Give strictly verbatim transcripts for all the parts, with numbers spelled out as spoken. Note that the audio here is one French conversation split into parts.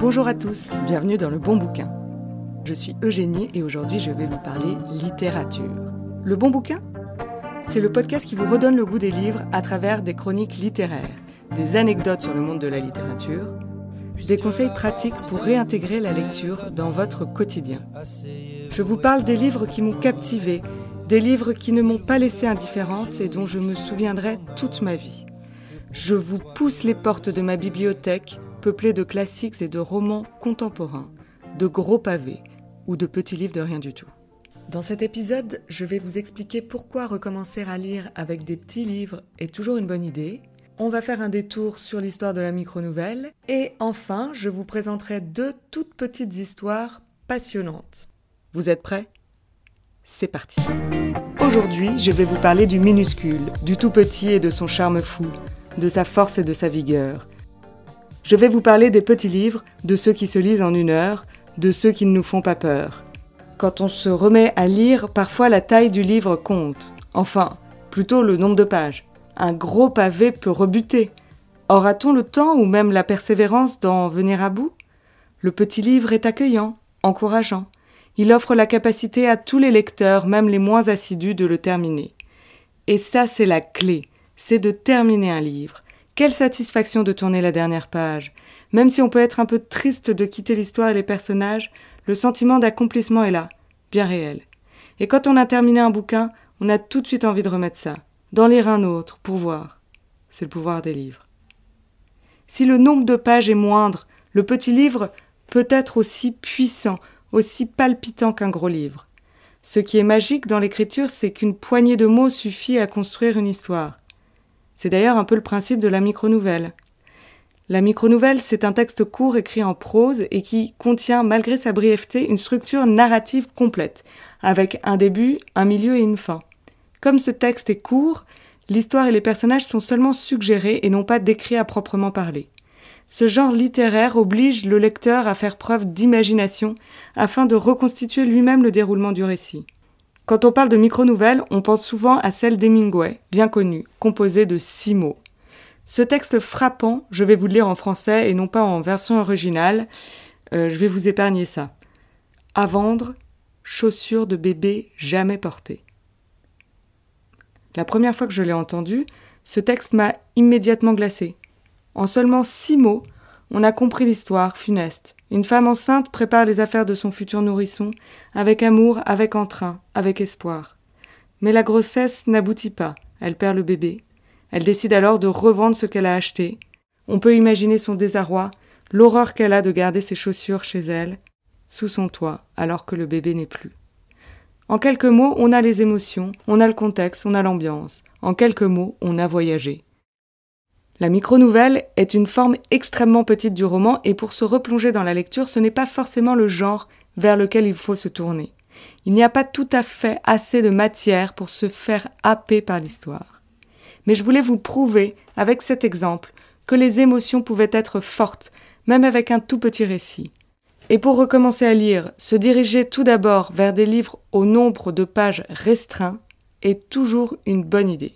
Bonjour à tous, bienvenue dans Le Bon Bouquin. Je suis Eugénie et aujourd'hui je vais vous parler littérature. Le Bon Bouquin ? C'est le podcast qui vous redonne le goût des livres à travers des chroniques littéraires, des anecdotes sur le monde de la littérature, des conseils pratiques pour réintégrer la lecture dans votre quotidien. Je vous parle des livres qui m'ont captivée, des livres qui ne m'ont pas laissée indifférente et dont je me souviendrai toute ma vie. Je vous pousse les portes de ma bibliothèque, peuplée de classiques et de romans contemporains, de gros pavés ou de petits livres de rien du tout. Dans cet épisode, je vais vous expliquer pourquoi recommencer à lire avec des petits livres est toujours une bonne idée. On va faire un détour sur l'histoire de la micro-nouvelle. Et enfin, je vous présenterai deux toutes petites histoires passionnantes. Vous êtes prêts ? C'est parti. Aujourd'hui, je vais vous parler du minuscule, du tout petit et de son charme fou, de sa force et de sa vigueur. Je vais vous parler des petits livres, de ceux qui se lisent en une heure, de ceux qui ne nous font pas peur. Quand on se remet à lire, parfois la taille du livre compte. Enfin, plutôt le nombre de pages. Un gros pavé peut rebuter. Aura-t-on le temps ou même la persévérance d'en venir à bout ? Le petit livre est accueillant, encourageant. Il offre la capacité à tous les lecteurs, même les moins assidus, de le terminer. Et ça, c'est la clé, c'est de terminer un livre. Quelle satisfaction de tourner la dernière page. Même si on peut être un peu triste de quitter l'histoire et les personnages, le sentiment d'accomplissement est là, bien réel. Et quand on a terminé un bouquin, on a tout de suite envie de remettre ça, d'en lire un autre, pour voir. C'est le pouvoir des livres. Si le nombre de pages est moindre, le petit livre peut être aussi puissant, aussi palpitant qu'un gros livre. Ce qui est magique dans l'écriture, c'est qu'une poignée de mots suffit à construire une histoire. C'est d'ailleurs un peu le principe de la micro-nouvelle. La micro-nouvelle, c'est un texte court écrit en prose et qui contient, malgré sa brièveté, une structure narrative complète, avec un début, un milieu et une fin. Comme ce texte est court, l'histoire et les personnages sont seulement suggérés et non pas décrits à proprement parler. Ce genre littéraire oblige le lecteur à faire preuve d'imagination afin de reconstituer lui-même le déroulement du récit. Quand on parle de micro-nouvelle, on pense souvent à celle d'Hemingway, bien connue, composée de six mots. Ce texte frappant, je vais vous le lire en français et non pas en version originale, euh, je vais vous épargner ça. À vendre, chaussures de bébé jamais portées. La première fois que je l'ai entendu, ce texte m'a immédiatement glacée. En seulement six mots, on a compris l'histoire funeste. Une femme enceinte prépare les affaires de son futur nourrisson, avec amour, avec entrain, avec espoir. Mais la grossesse n'aboutit pas, elle perd le bébé. Elle décide alors de revendre ce qu'elle a acheté. On peut imaginer son désarroi, l'horreur qu'elle a de garder ses chaussures chez elle, sous son toit, alors que le bébé n'est plus. En quelques mots, on a les émotions, on a le contexte, on a l'ambiance. En quelques mots, on a voyagé. La micro-nouvelle est une forme extrêmement petite du roman et pour se replonger dans la lecture, ce n'est pas forcément le genre vers lequel il faut se tourner. Il n'y a pas tout à fait assez de matière pour se faire happer par l'histoire. Mais je voulais vous prouver, avec cet exemple, que les émotions pouvaient être fortes, même avec un tout petit récit. Et pour recommencer à lire, se diriger tout d'abord vers des livres au nombre de pages restreint est toujours une bonne idée.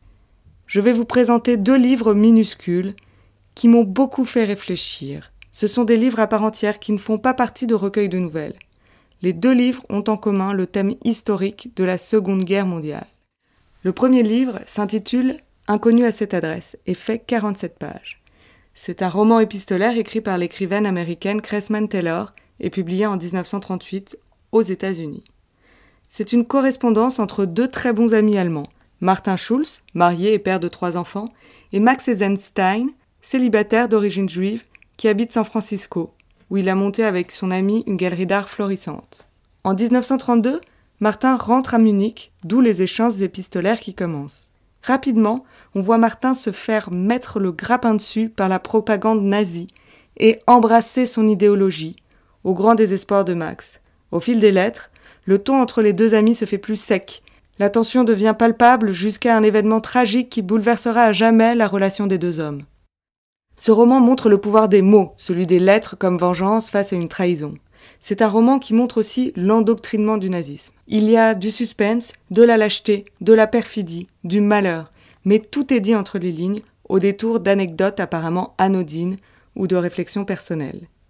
Je vais vous présenter deux livres minuscules qui m'ont beaucoup fait réfléchir. Ce sont des livres à part entière qui ne font pas partie de recueils de nouvelles. Les deux livres ont en commun le thème historique de la Seconde Guerre mondiale. Le premier livre s'intitule « Inconnu à cette adresse » et fait quarante-sept pages. C'est un roman épistolaire écrit par l'écrivaine américaine Cressman Taylor et publié en dix-neuf cent trente-huit aux États-Unis. C'est une correspondance entre deux très bons amis allemands, Martin Schulz, marié et père de trois enfants, et Max Eisenstein, célibataire d'origine juive, qui habite San Francisco, où il a monté avec son ami une galerie d'art florissante. En dix-neuf cent trente-deux, Martin rentre à Munich, d'où les échanges épistolaires qui commencent. Rapidement, on voit Martin se faire mettre le grappin dessus par la propagande nazie et embrasser son idéologie, au grand désespoir de Max. Au fil des lettres, le ton entre les deux amis se fait plus sec. La tension devient palpable jusqu'à un événement tragique qui bouleversera à jamais la relation des deux hommes. Ce roman montre le pouvoir des mots, celui des lettres comme vengeance face à une trahison. C'est un roman qui montre aussi l'endoctrinement du nazisme. Il y a du suspense, de la lâcheté, de la perfidie, du malheur, mais tout est dit entre les lignes, au détour d'anecdotes apparemment anodines ou de réflexions personnelles.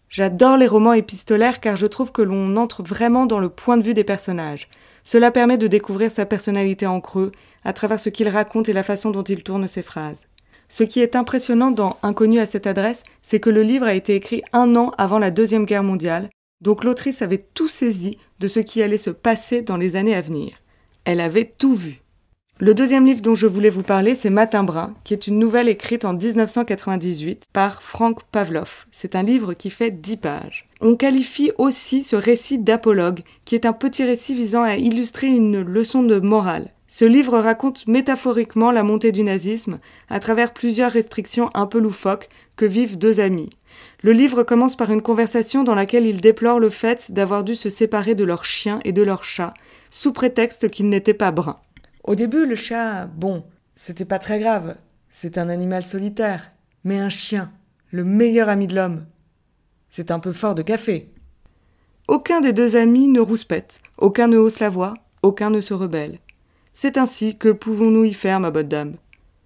J'adore les romans épistolaires car je trouve que l'on entre vraiment dans le point de vue des personnages. Cela permet de découvrir sa personnalité en creux, à travers ce qu'il raconte et la façon dont il tourne ses phrases. Ce qui est impressionnant dans Inconnu à cette adresse, c'est que le livre a été écrit un an avant la Deuxième Guerre mondiale, donc l'autrice avait tout saisi de ce qui allait se passer dans les années à venir. Elle avait tout vu. Le deuxième livre dont je voulais vous parler, c'est Matin brun, qui est une nouvelle écrite en dix-neuf cent quatre-vingt-dix-huit par Frank Pavlov. C'est un livre qui fait dix pages. On qualifie aussi ce récit d'apologue, qui est un petit récit visant à illustrer une leçon de morale. Ce livre raconte métaphoriquement la montée du nazisme à travers plusieurs restrictions un peu loufoques que vivent deux amis. Le livre commence par une conversation dans laquelle ils déplorent le fait d'avoir dû se séparer de leur chien et de leur chat, sous prétexte qu'ils n'étaient pas bruns. Au début, le chat, bon, c'était pas très grave, c'est un animal solitaire, mais un chien, le meilleur ami de l'homme, c'est un peu fort de café. Aucun des deux amis ne rouspète, aucun ne hausse la voix, aucun ne se rebelle. C'est ainsi que pouvons-nous y faire, ma bonne dame.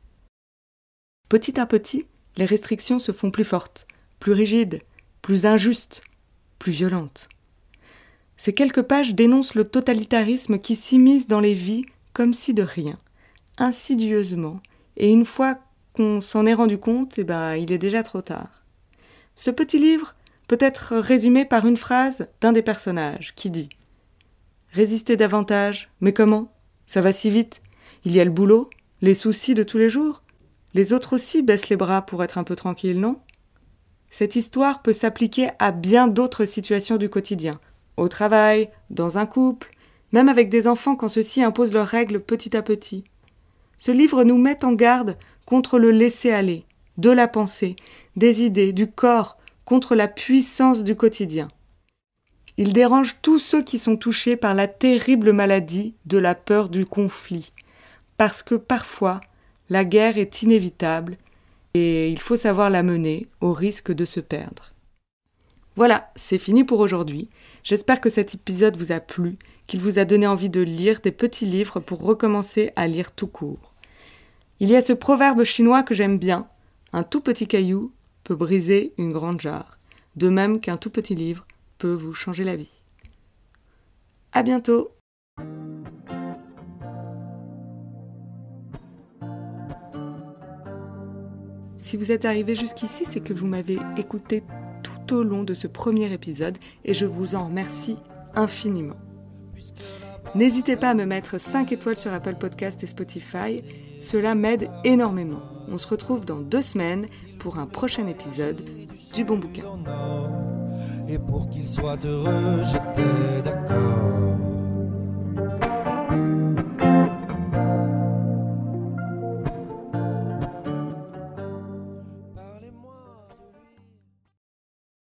Petit à petit, les restrictions se font plus fortes, plus rigides, plus injustes, plus violentes. Ces quelques pages dénoncent le totalitarisme qui s'immisce dans les vies comme si de rien, insidieusement, et une fois qu'on s'en est rendu compte, eh ben, il est déjà trop tard. Ce petit livre peut être résumé par une phrase d'un des personnages qui dit « Résister davantage, mais comment ? Ça va si vite. Il y a le boulot, les soucis de tous les jours. Les autres aussi baissent les bras pour être un peu tranquilles, non ? Cette histoire peut s'appliquer à bien d'autres situations du quotidien, au travail, dans un couple, même avec des enfants quand ceux-ci imposent leurs règles petit à petit. Ce livre nous met en garde contre le laisser-aller, de la pensée, des idées, du corps, contre la puissance du quotidien. Il dérange tous ceux qui sont touchés par la terrible maladie de la peur du conflit, parce que parfois, la guerre est inévitable et il faut savoir la mener au risque de se perdre. Voilà, c'est fini pour aujourd'hui. J'espère que cet épisode vous a plu, qu'il vous a donné envie de lire des petits livres pour recommencer à lire tout court. Il y a ce proverbe chinois que j'aime bien, un tout petit caillou peut briser une grande jarre, de même qu'un tout petit livre peut vous changer la vie. À bientôt! Si vous êtes arrivé jusqu'ici, c'est que vous m'avez écouté tout au long de ce premier épisode et je vous en remercie infiniment. N'hésitez pas à me mettre cinq étoiles sur Apple Podcast et Spotify, cela m'aide énormément. On se retrouve dans deux semaines pour un prochain épisode du Bon Bouquin. Et pour qu'il soit heureux, j'étais d'accord.